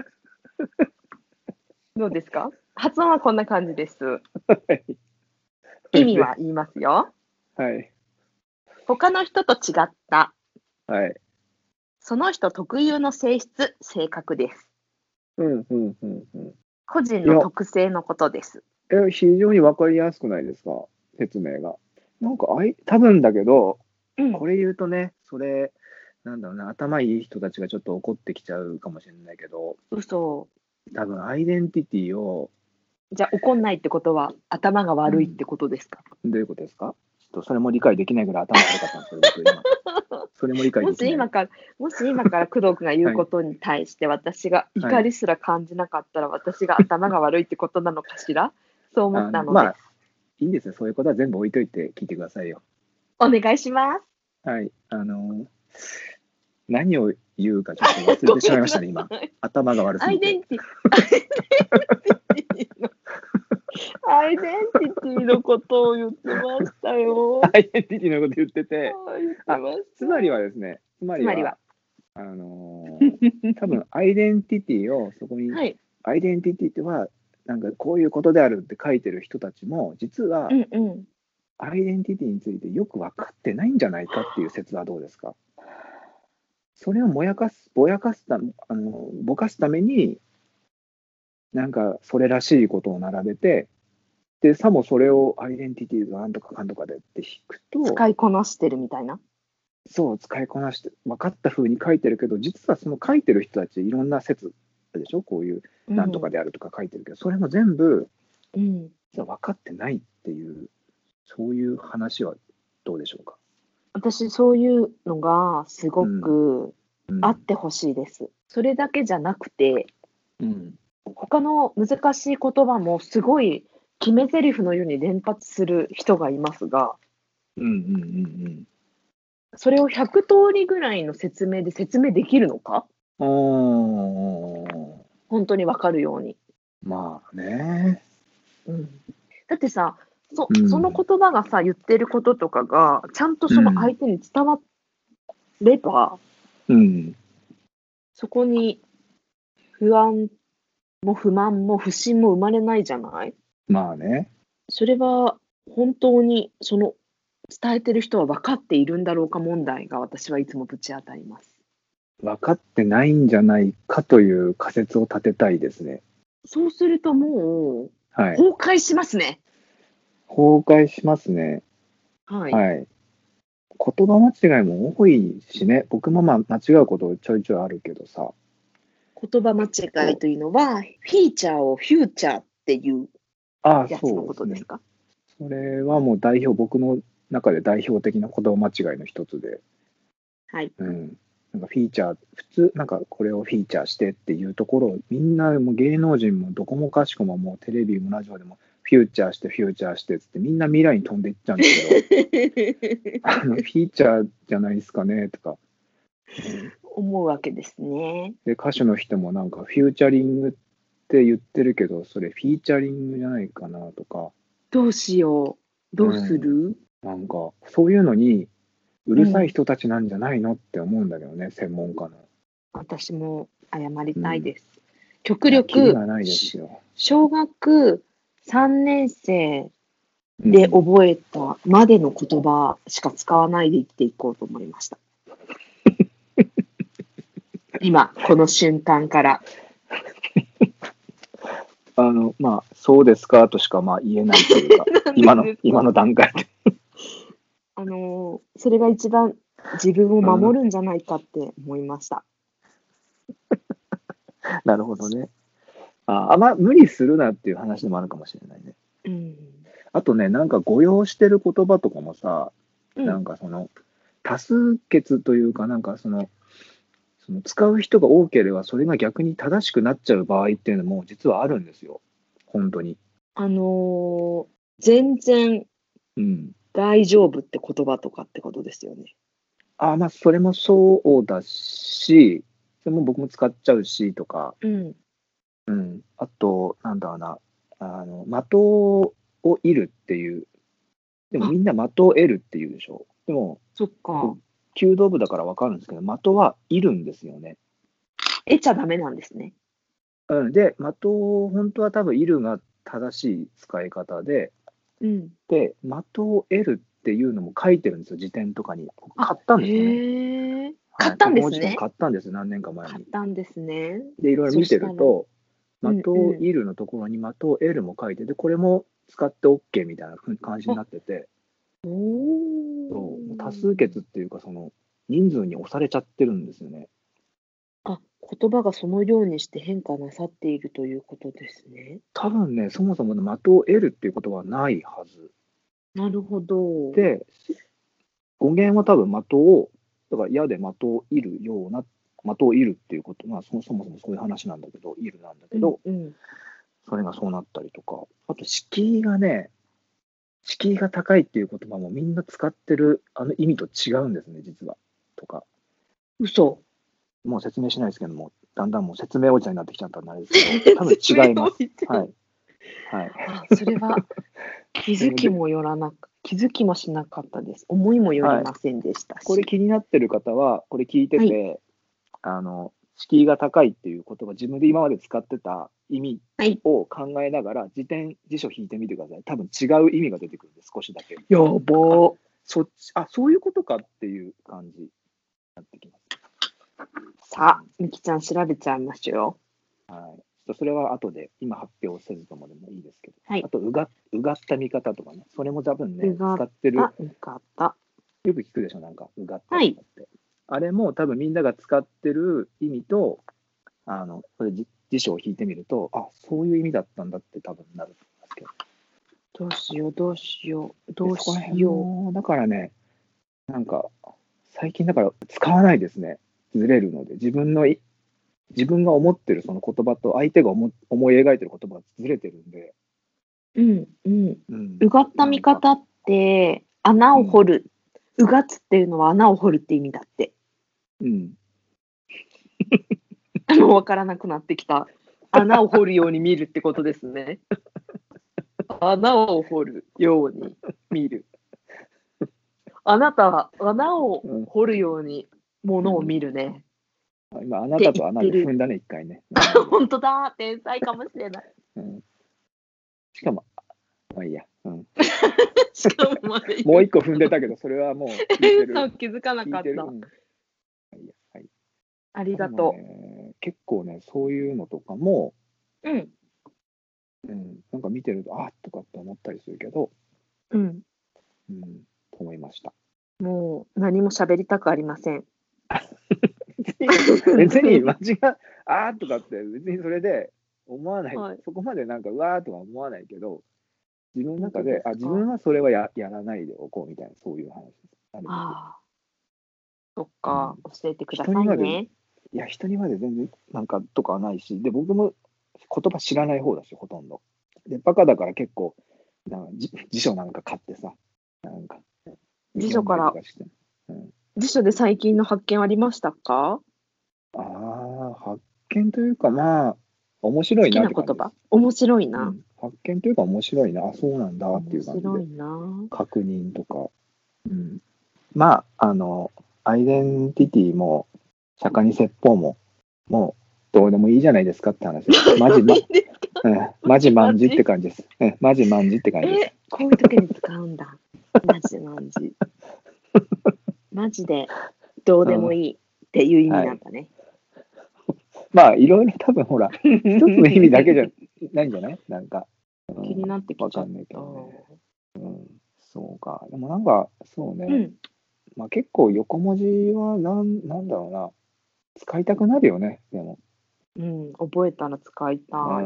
どうですか？発音はこんな感じです。 はい。そ意れで、 味は言いますよ。 はい。 他の人と違った、 はい。 その人特有の性質、性格です。 うん、うん、うん、うん。 個人いや、 の特性のことです。 え、非常にわかりやすくないですか？説明が。なんか、あい、多分だけど、 うん、 これ言うとね、それ、なんだろうな、頭いい人たちがちょっと怒ってきちゃうかもしれないけど、 嘘。 多分アイデンティティを、 じゃあ怒んないってことは頭がうん、 悪いってことですか？ どういうことですか？ちょっとそれも理解できないぐらい頭悪かったんですけど、僕今。それも理解もできない。 し今から、もし今から工藤君が言うはい、 ことに対して私がはい。 怒りすら感じなかったら私が頭が悪いってことなのかしら？そう思っあの、まあ、 たのです。 いいんですよ。そういうことは全部置いといて聞いてくださいよ。 お願いします。 はい。あの、何を言うかちょっと忘れごてしまいましたね、 めんな今。 さい。 頭が悪すアぎて。 イデンティ、アイデンティティの、アイデンティティのことを言ってましたよ。 アイデンティティのこと言ってて、 ああ、言ってあ、 ました。 つまりはですね、つまりは、 つまりは。 あのー多分アイデンティティをそこに、 はい。 アイデンティティっては、なんかこういうことであるって書いてる人たちも、実はうんうん。 アイデンティティについてよく分かってないんじゃないかっていう説はどうですか？それをもやかす、ぼやかすため、あの、ぼかすために、なんかそれらしいことを並べて、で、さもそれをアイデンティティがなんとかかんとかでって引くと、 使いこなしてるみたいな。 そう、使いこなして、分かった風に書いてるけど、実はその書いてる人たち、いろんな説あるでしょ、こういうなんとかうん。 であるとか書いてるけど、それも全部、 うん。 実は分かってないっていう、そういう話はどうでしょうか。 私、そういうのがすごうん、 くうん、 あってほしいです。それだけじゃなくて、 うん、 他の難しい言葉もすごい決め台詞のように連発する人がいますが、 うん、うん、うん。 それをひゃく通りぐらいの説明で説明できるのか？ うん。おー、 本当にわかるように。 まあね。 うん。だってさ、そそのうん、 言葉がさ、言ってることとかが、ちゃんとそのうん、 相手に伝われば、 うん。 そこに不安も不満も不信も生まれないじゃない？ まあね。 それは本当にその伝えてる人は分かっているんだろうか問題が私はいつもぶち当たります。 分かってないんじゃないかという仮説を立てたいですね。 そうするともうはい。 崩壊しますね。 崩壊しますね。 はい。 はい。言葉間違いも多いしね。僕もまあ間違うことちょいちょいあるけどさ。 言葉間違いこというのは、フィーチャーをフューチャーっていうう、ああ、 やつのそうですね。 ことですか？ それはもう代表、僕の中で代表的な言葉間違いの一つで。 はい。 うん。なんかフィーチャー、普通、なんかこれをフィーチャーしてっていうところを、みんなもう芸能人もどこもかしこももうテレビもラジオでもフューチャーしてフューチャーしてっつってみんな未来に飛んでいっちゃうんですけど、あのフィーチャーじゃないですかねとか、うん、 思うわけですね。 で歌手の人もなんかフューチャリングって言ってるけどそれフィーチャリングじゃないかなとか、 どうしよう。 どうする？ なんか、そういうのにうるさい人たちなんじゃないのって思うんだけどね、専門家の。 私も謝りたいうん。 です。極いや、キリ力、 がないですしよ。 小学さんねん生うんで覚えたまでの言葉しか使わないで生きていこうと思いました。今、この瞬間から。 あの、まあ、そうですかとしかまあ言えないというか、今の、今の段階で。 あのーそれが一番自分を守るんじゃないかって思いました。 なるほどね。あ、あんま無理するなっていう話でもあるかもしれないね。 うん。 あとね、なんか誤用してる言葉とかもさ、 うん、 なんかその、多数決というか、なんかその、その使う人が多ければ、それが逆に正しくなっちゃう場合っていうのも実はあるんですよ。本当に。 あのー全然うん。 大丈夫って言葉とかってことですよね。 あ、まあ、それもそうだし、それも僕も使っちゃうしとか、 うん。 うん。あと、なんだろうな、あの、的を射るっていう、でもあ、 みんな的を得るっていうでしょ。でも、 そっか。 弓道部だからわかるんですけど、的はいるんですよね。 得ちゃダメなんですね。 うん、で、的を本当は多分いるが正しい使い方で、 うん。 で、的を得るっていうのも書いてるんですよ、辞典とかに。 あ、 買ったんですよね。 へえ。 はい。 買ったん国語辞典ですね。 買ったんですよ、何年か前買っに。 たんですね。 で、いろいろ見てそしたら、 ると、 うん的をういるのところに的を得るも書いてて、これも使って OK みたいな感じん。 にあ、 なってて、 おそう、多ー。 数決っていうか、その、人数に押されちゃってるんですよね。 あ、言葉がそのようにして変化なさっているということですね。 多分ね、そもそもの的を得るっていうことはないはず。 なるほど。 で、語源は多分的を、だから矢で的を射るような、的を射るっていうこと、まあそもそもそういう話なんだけど、射るなんだうけど、 んうん。 それがそうなったりとか、あと敷居がね、敷居が高いっていう言葉もみんな使ってるあの意味と違うんですね、実は。とか、 嘘。 もう説明しないですけども、だんだんもう説明おじさんになってきちゃったんであれですけど、多分違います。はい。はい。 あ、それは気づきもよらなく、気づきもしなかったです。思いもよりはい。 ませんでしたこれし。 気になってる方は、これ聞いてはい。 て、あの、敷居が高いっていう言葉、自分で今まで使ってた意味はい。 を考えながら、辞典、辞書引いてみてください。多分違う意味が出てくるんで、少しだけ。 やばー。 そっち、あ、そういうことかっていう感じになってきます。 さあ、みきちゃん調べちゃいましょうよ。 はい。ちょっとそれは後で、今発表せずともでもいいですけど。 はい。 あと、うが、うがった見方とかね。それも多分ね、 うがっ使ってる。 た、見方。 よく聞くでしょ、なんか、うがったはい。 とかって。あれも多分みんなが使ってる意味と、あの、これじ辞書を引いてみると、あ、そういう意味だったんだって多分なると思いますけど。 どうしよう、どうしよう、どで、 うそこら辺しよも、だからね、なんか、最近だから使わないですね。ずれるので。自分のい、自分が思ってるその言葉と相手が思思い描いてる言葉がずれてるんで、 う。うん、うん。 うん。 うがったなんか、 見方って、穴うん。 を掘る。うがつっていうのは穴を掘るって意味だって。 うん。 もうわからなくなってきた。穴を掘るように見るってことですね。穴を掘るように見る。あなたは穴をうん。 掘るようにものをうん。 見るね。 今、あってなたと穴言ってる。 で踏んだね、一回ね。まあいいや。 本当だ、天才かもしれない。 うん。しかも、まあいいや。うん。 しかもまでもう言う。 一個踏んでたけど、それはもう聞いてる。 そう気づかな聞いてる。 かった。 うん。まあいいや。はい。 ありでもがとね、結構ね、そういうのとかも、 う。うん。 うん、なんか見てると、あとかって思ったりするけど、 うん。 うん、と思いました。 もう何も喋りたくありません。 別に間違っ、あーとかって別にそれで思わない、 はい。 そこまでなんかうわーとか思わないけど、自分の本当中で、あ、自ですか。 分はそれはややらないでおこうみたいな、そういう話です。なるべく。 ああ、そっうん、 か。教えてくださ人にまで、いいね。 や、人にまで全然なんかとかはないし、で、僕も言葉知らない方だし、ほとんど。で、バカだから結構、なんかじ辞書なんか買ってさ、なんか読んだ辞書から、 りとかして。うん、 辞書で最近の発見ありましたか？ ああ、発見というか、まあ、 面白いなって好きな言感じです。 葉面白いな。 うん、発見というか面白いな、あ、そうなんだっていう感じで面白いな。 確認とか。うん、まあ、あの、アイデンティティも、釈迦に説法も、もうどうでもいいじゃないですかって話です。マジ、ま、うん、マジマンジって感じです。うん、マジマンジって感じです。 え、こういう時に使うんだ。マジマジ。マジでどうでもいいっていう意味なんだね。 まあ、いろいろ多分ほら、一つの意味だけじゃないんじゃないなんか、うん、 気になってきちゃった。 わかんないけどね。うん、そうか。でもなんか、そうね。 うん、 まあ結構横文字はなん、なんだろうな。使いたくなるよね、でも。 うん、覚えたら使いたい。 うん、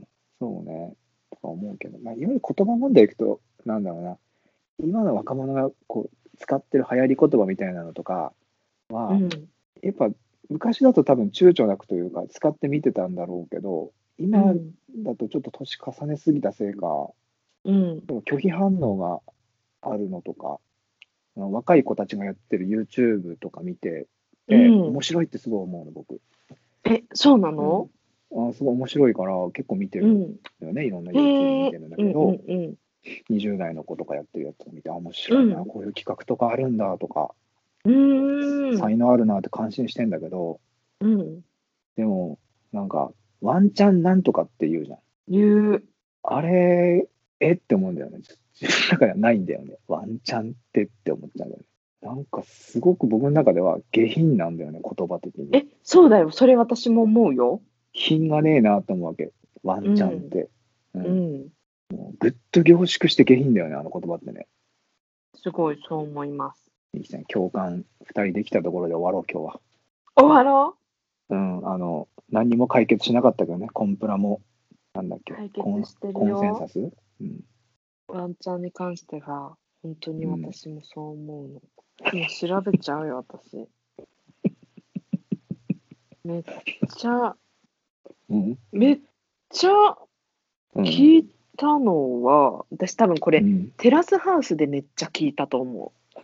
そうね。とか思うけど、まあ、いわゆる言葉問題いくと、なんだろうな。今の若者がこう使ってる流行り言葉みたいなのとかは、 うん、 やっぱ昔だと多分躊躇なくというか、使ってみてたんだろうけど、 う今ん、 だとちょっと年重ねすぎたせいか、 うん、 拒否反応があるのとか、あの若い子たちがやってる YouTube とか見て、 うえ、面ん。 白いってすごい思うの、僕。 え、そうなうん。 の？ あ、すごい面白いから結構見てるんうん。 だよね。いろんなへ YouTube 見え、 てるんだうん、うけど、 ん、うん。 にじゅう代の子とかやってるやつを見て、あ、面う白いな、 ん。 こういう企画とかあるんだとか、 うーん。 才能あるなって感心してんだけど、 うん。 でも、なんか、ワンチャンなんとかって言うじゃん。 言う。 あれ、えって思うんだよね。自分の中ではないんだよね。ワンチャンってって思っちゃうんだよね。なんかすごく僕の中では下品なんだよね、言葉的に。 え、そうだよ。それ私も思うよ。 品がねえなと思うわけ。ワンチャンっうん。 て。ううん。 ん。 ぐっと凝縮して下品だよね、あの言葉ってね。 すごいそう思います。 いいですね。共感ふたりできたところで終わろう、今日は。 終わろうん、あの、何にも解決しなかったけどね、コンプラも、なんだっけ、 う。解コン、 決してるコンセンサよ。 ス、うん、 ワンチャンに関しては、本当にうん。 私もそう思うの。今調べちゃうよ、私。めっちゃ、 うん、 めっちゃうん、 聞いたのは、私多分これ、 うん。 テラスハウスでめっちゃ聞いたと思う。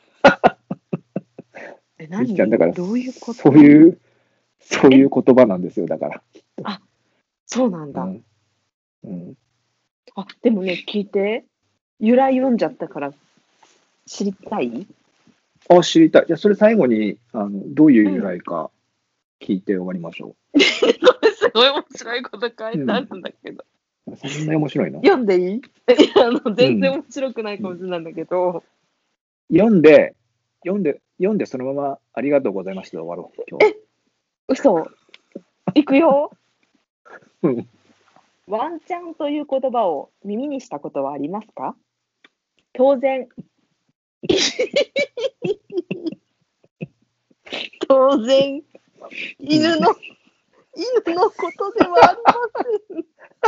え、 ゆきちゃん、だから、 何どういうこと？ そういう、そういえ、 う言葉なんですよ、だから。 あ、そうなんだ。 うん、うん。 あ、でもね、聞いて。由来読んじゃったから知りたい？ あ、知りたい。じゃあ、それ最後に、あの、どういう由うん。 来か聞いて終わりましょこれすごい面白いこと書う。 いてあるんだけど。 うん。そんなに面白いの？ 読んでいい？いや、あの、 うん。 全然面白くないうん、 かもしれないんだけど。 読んで、読んで、読んで、そのままありがとうございましたで終わろう、今日は。 え、嘘。いくよ。 うん。 ワンチャンという言葉を耳にしたことはありますか？当然。当然、犬の、犬のことではありません。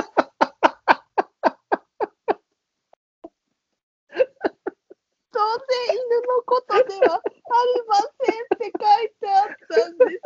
当然、犬のことではありませんって書いてあったんです。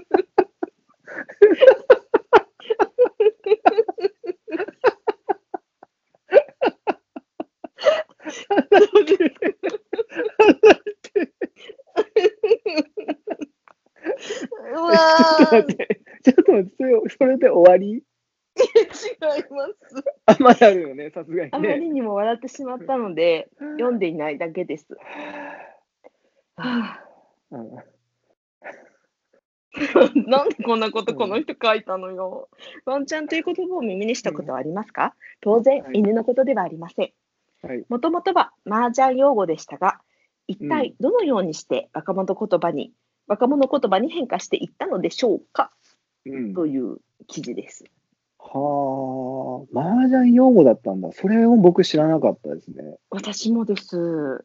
うわちょっと待っー、 て、ちょっと待って、それそれで終わり？ 違います。 あ、まだあるよね、さすがにあまね。 りにも笑ってしまったので、読んでいないだけです。はうん、 あ、なんでこんなことこのうん、 人書いたのよ。ワンちゃんという言葉を耳にしうん、 たことはありますか？当然、 はい、 犬のことではありません。 はい、 もともとは麻雀用語でしたが、一うん、 体どのようにして若者言葉に、若者言葉に変化していったのでしょうかうん。 という記事です。 はあ、麻雀用語だったんだ。それを僕知らなかったですね。 私もです。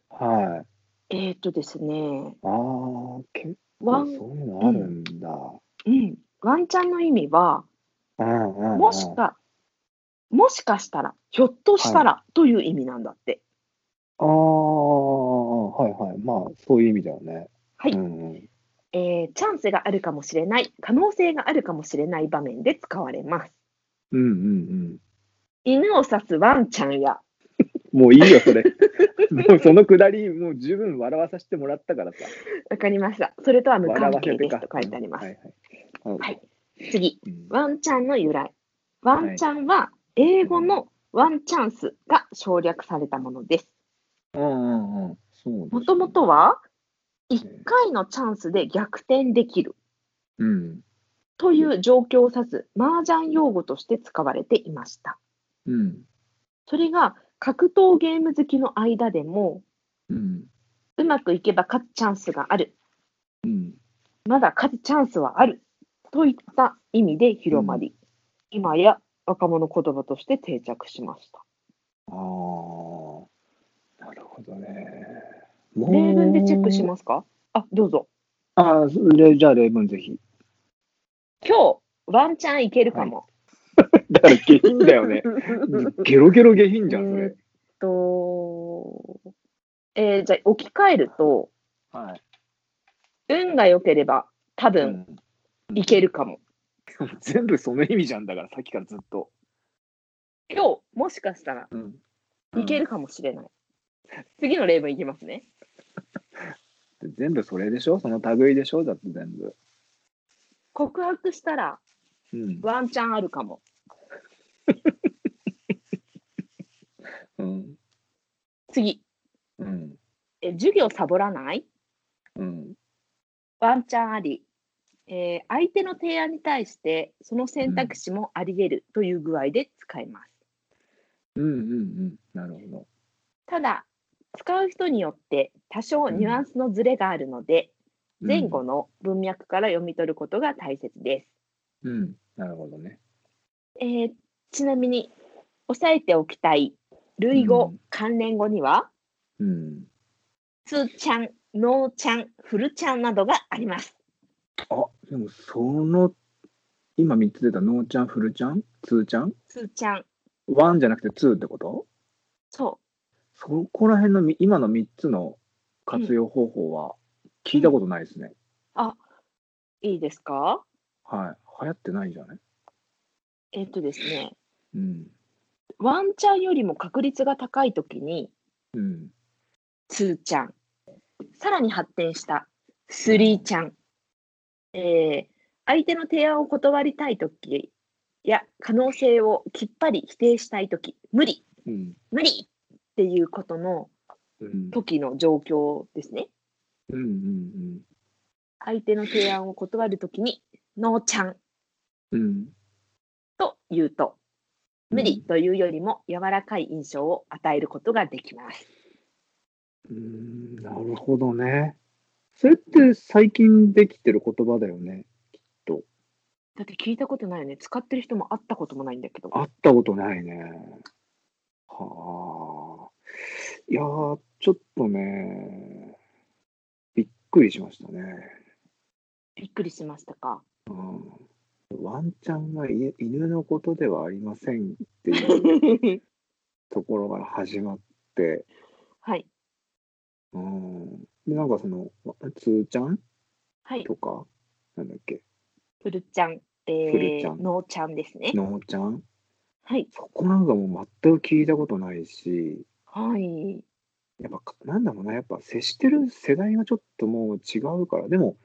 はい。 えーとですね、 ああ、結構ワン、 そういうのあるうん、 んだ。 うん、ワンちゃんの意味は、 うん、うん、うん。 もしか、もしかしたら、ひょっとしはい。 たらという意味なんだって。 ああ、はいはい。まあ、そういう意味だよね。 はい。 うん、うん。 えーチャンスがあるかもしれない、可能性があるかもしれない場面で使われます。 うん、うん、 犬を指すワンちゃんや、 うん。もういいよ、それ。もうそのくだり、もう十分笑わさせてもらったからさ。 わかりました。それとは無笑関わせてか。 係ですと書うん。 いてあります。 はいはい。 はい。次、 うん。 ワンちゃんの由来。 ワンチャンは英語のワンチャンスが省略されたものです。 うんうんうん。そうですね。 もともとはいっかいのチャンスで逆転できるうん。 という状況を指す麻雀用語として使われていました。 うん。 それが格闘ゲーム好きの間でも、 うん。 うまくいけば勝つチャンスがある、 うん。 まだ勝つチャンスはあるといった意味で広まり、今や若者言葉として定着しました。 ああ、なるほどね。 例文でチェックしもう、 ますか？あ、どうぞ。 ああ、それじゃあ例文ぜひ。 今日、ワンチャンいけるはい。 かも。 だから下品だよね。ゲロゲロ下品じゃん、それ。 えーっと、えーじゃあ置き換えると、 はい。 運が良ければ多分うん。 いけるかも。 全部その意味じゃんだから、さっきからずっと。 今日、もしかしたらうん。うん。 いけるかもしれない。次の例文いきますね。 全部それでしょ、その類でしょ、だって全部。 告白したらうん。 ワンチャンあるかも。 うん。 次、 うん。 え授業サボらない？ うん。 ワンチャンあり。えー相手の提案に対してその選択うん。 肢もあり得るという具合で使います。 うん。うん。なるほど。 ただ、使う人によって多少ニュアうん。 ンスのズレがあるので、 うん。 前後の文脈から読み取ることが大切です。 うん。なるほどね。 えーちなみに、押さえておきたい類語、 うん。 関連語には、 うん。 ツーちゃん、ノーちゃん、フルちゃんなどがあります。 あ、でもその、今みっつ出たノーちゃん、フルちゃん、ツーちゃん、 ツーちゃん、 ワンじゃなくてツーってこと？ そそこら辺のみ今のみっつのう。うん、 活用方法はうん。 聞いたことないですね。 あ、いいですか？ はい。流行ってないんじゃない？ えっとですね、 うん。 ワンチャンよりも確率が高いときに、 うん。 ツーちゃん、さらに発展したスリーうん。 ちゃん、えー相手の提案を断りたいときや可能性をきっぱり否定したいとき、無理、 うん。 無理っていうことのうん。 時の状況ですね。 うん。うん。 相手の提案を断るときに、ノーちゃんうん。 と言うと、無理うん。 というよりも柔らかい印象を与えることができます。 うん。なるほどね。それって最近できてる言葉だよね、きっと。 だって聞いたことないよね。使ってる人も会ったこともないんだけど。 会ったことないね。はあ。いやー、ちょっとね、びっくりしましたね。 びっくりしましたか？ うん。ワンちゃんがい犬のことではありませんっていうところから始まって、 はい。 うん。で、なんかその、わつーちゃんはい。 とか、なんだっけ、 フルちゃん、えー、 フルちゃん、 ノーちゃんですね。 のーちゃん、 はい。 そこなんかもう全く聞いたことないし、 はい。 やっぱかなんだろうな、やっぱ接してる世代がちょっともう違うから、でも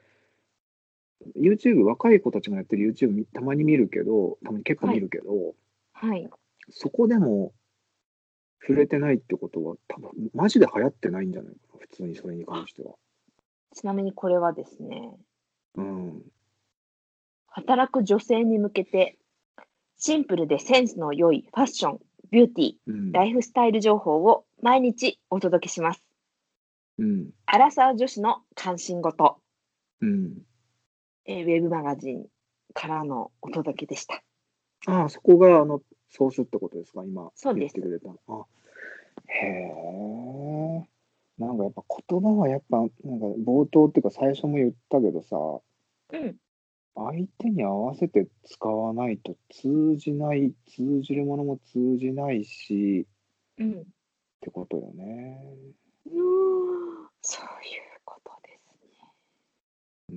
YouTube、若い子たちがやってる YouTube みたまに見るけど、たまに結構はい。 見るけど、 はい。 そこでも触れてないってことは、多分マジで流行ってないんじゃないかな、普通にそれに関しては。 ちなみにこれはですね、 うん。 働く女性に向けて、シンプルでセンスの良いファッション、ビューティー、 うん。 ライフスタイル情報を毎日お届けします。 うん。 アラサー女子の関心事、 うん。 えーウェブマガジンからのお届けでした。 ああ、そこがあの、ソースってことですか、今そうです。 言ってくれた。あ、へえ。なんかやっぱ言葉はやっぱ、なんか冒頭っていうか最初も言ったけどさ、 うん。 相手に合わせて使わないと通じない、通じるものも通じないし、 うん。 ってことよね。 うーんそういうことですね。 うん。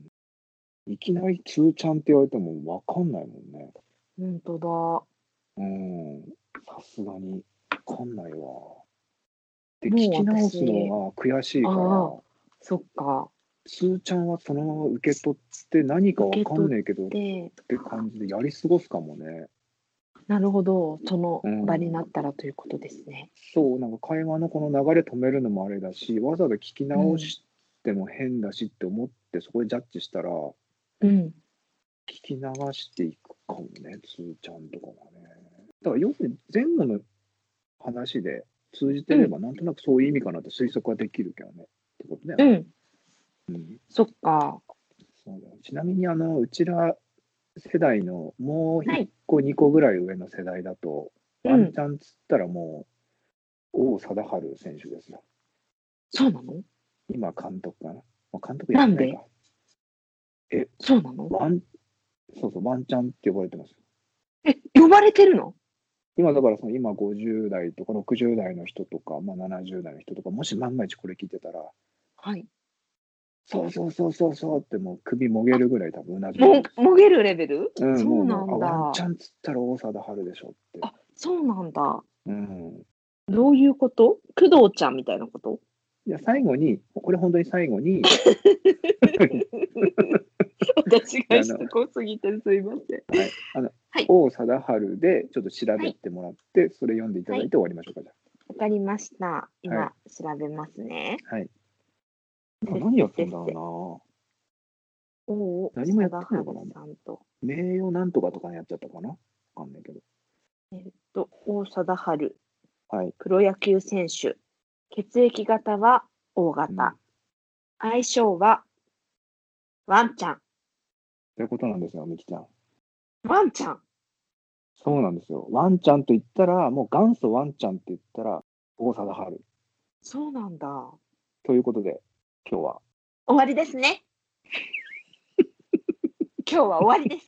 いきなりつーちゃんって言われてもわかんないもんね。 本当だ。 うん。さすがにわかんないわ。で、聞もうき直す私、 のが悔しいから、 ああ、そっか。 つーちゃんはそのまま受け取って何かわかんないけどっで、 て感じでやり過ごすかもね。 なるほど、その場になうん。 ったらということですね。 そう、なんか会話のこの流れ止めるのもあれだし、わざわざ聞き直しても変だしって思ってそこでジャッジしたら、 うん。 聞き流していくかもね、つーちゃんとかがね。だから要するに前後の話で通じてれば、なんとなくそういう意味かなって推測はできるけどね。ってことだよね。 うん。 うん。 そっか。 そうだよ。ちなみに、あの、うちら世代のもう1 はい。 個、にこぐらい上の世代だと、 うん。 ワンチャンつったらもう、王貞治選手ですよ。 そうなの？ 今、監督かな。まあ、監督やなんで？ ってないか。え、 そうなの？ ワン、そうそう、ワンチャンって呼ばれてますよ。 え、呼ばれてるの？ 今、だからその今ごじゅう代とかろくじゅう代の人とか、まあ、ななじゅう代の人とか、もし万が一これ聞いてたら、 はい。 そうそうそうそうそうってもう首もげるぐらい多分うなずいても、 ます。 もげるレベル？ うん、 そもうもう、あ、 うなんワンチだ。 ャンつったら王貞治でしょって。 あ、そうなんだ。 うん。 どういうこと？工藤ちゃんみたいなこと？ いや、最後に、これ本当に最後に、 私があの、 しつこすぎてすいません。 はい、あの、 はい。 王貞治でちょっと調べはい。 てもらって、それ読んでいただいて終わりましょうか、じゃわかりました。 あ。はい。 今、調べますね。 はい。今せっ何やってんせせ。 だろおお、 うな。何もやって貞治ないのかな。 さんと。 名誉なんとかとかやっちゃったかな。わかんないけど。 えっと、王貞治、 はい。 プロ野球選手。血液型は O うん。 型。相性はワンちゃん。 ということなんですよ、みきちゃん。 ワンちゃん。 そうなんですよ。ワンちゃんと言ったら、もう元祖ワンちゃんって言ったら、王貞治。 そうなんだ。 ということで、今日は。 終わりですね。今日は終わりです。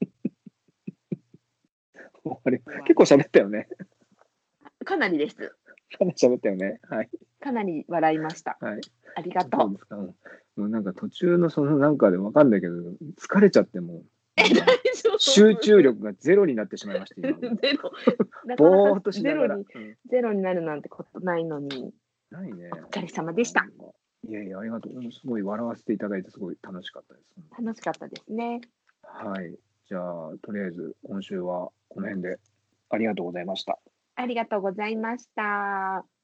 終わり。結構喋ったよね。 かなりです。 かなり喋ったよね。はい。 かなり笑いました。 はい。 ありがとう。 そうですか。もうなんか途中のそのなんかでわかんないけど、疲れちゃってもう、 え、 なんか大丈夫？ 集中力がゼロになってしまいました、今。 ゼロ。なかぼーなかっとしながら。 ゼロに、 うん、 ゼロになるなんてことないのに。 ないね。 お疲れ様でした。 いやいや、ありがとう。すごい笑わせていただいて、すごい楽しかったです。 楽しかったですね。 はい。じゃあ、とりあえず今週はこの辺でありがとうございました。 ありがとうございました。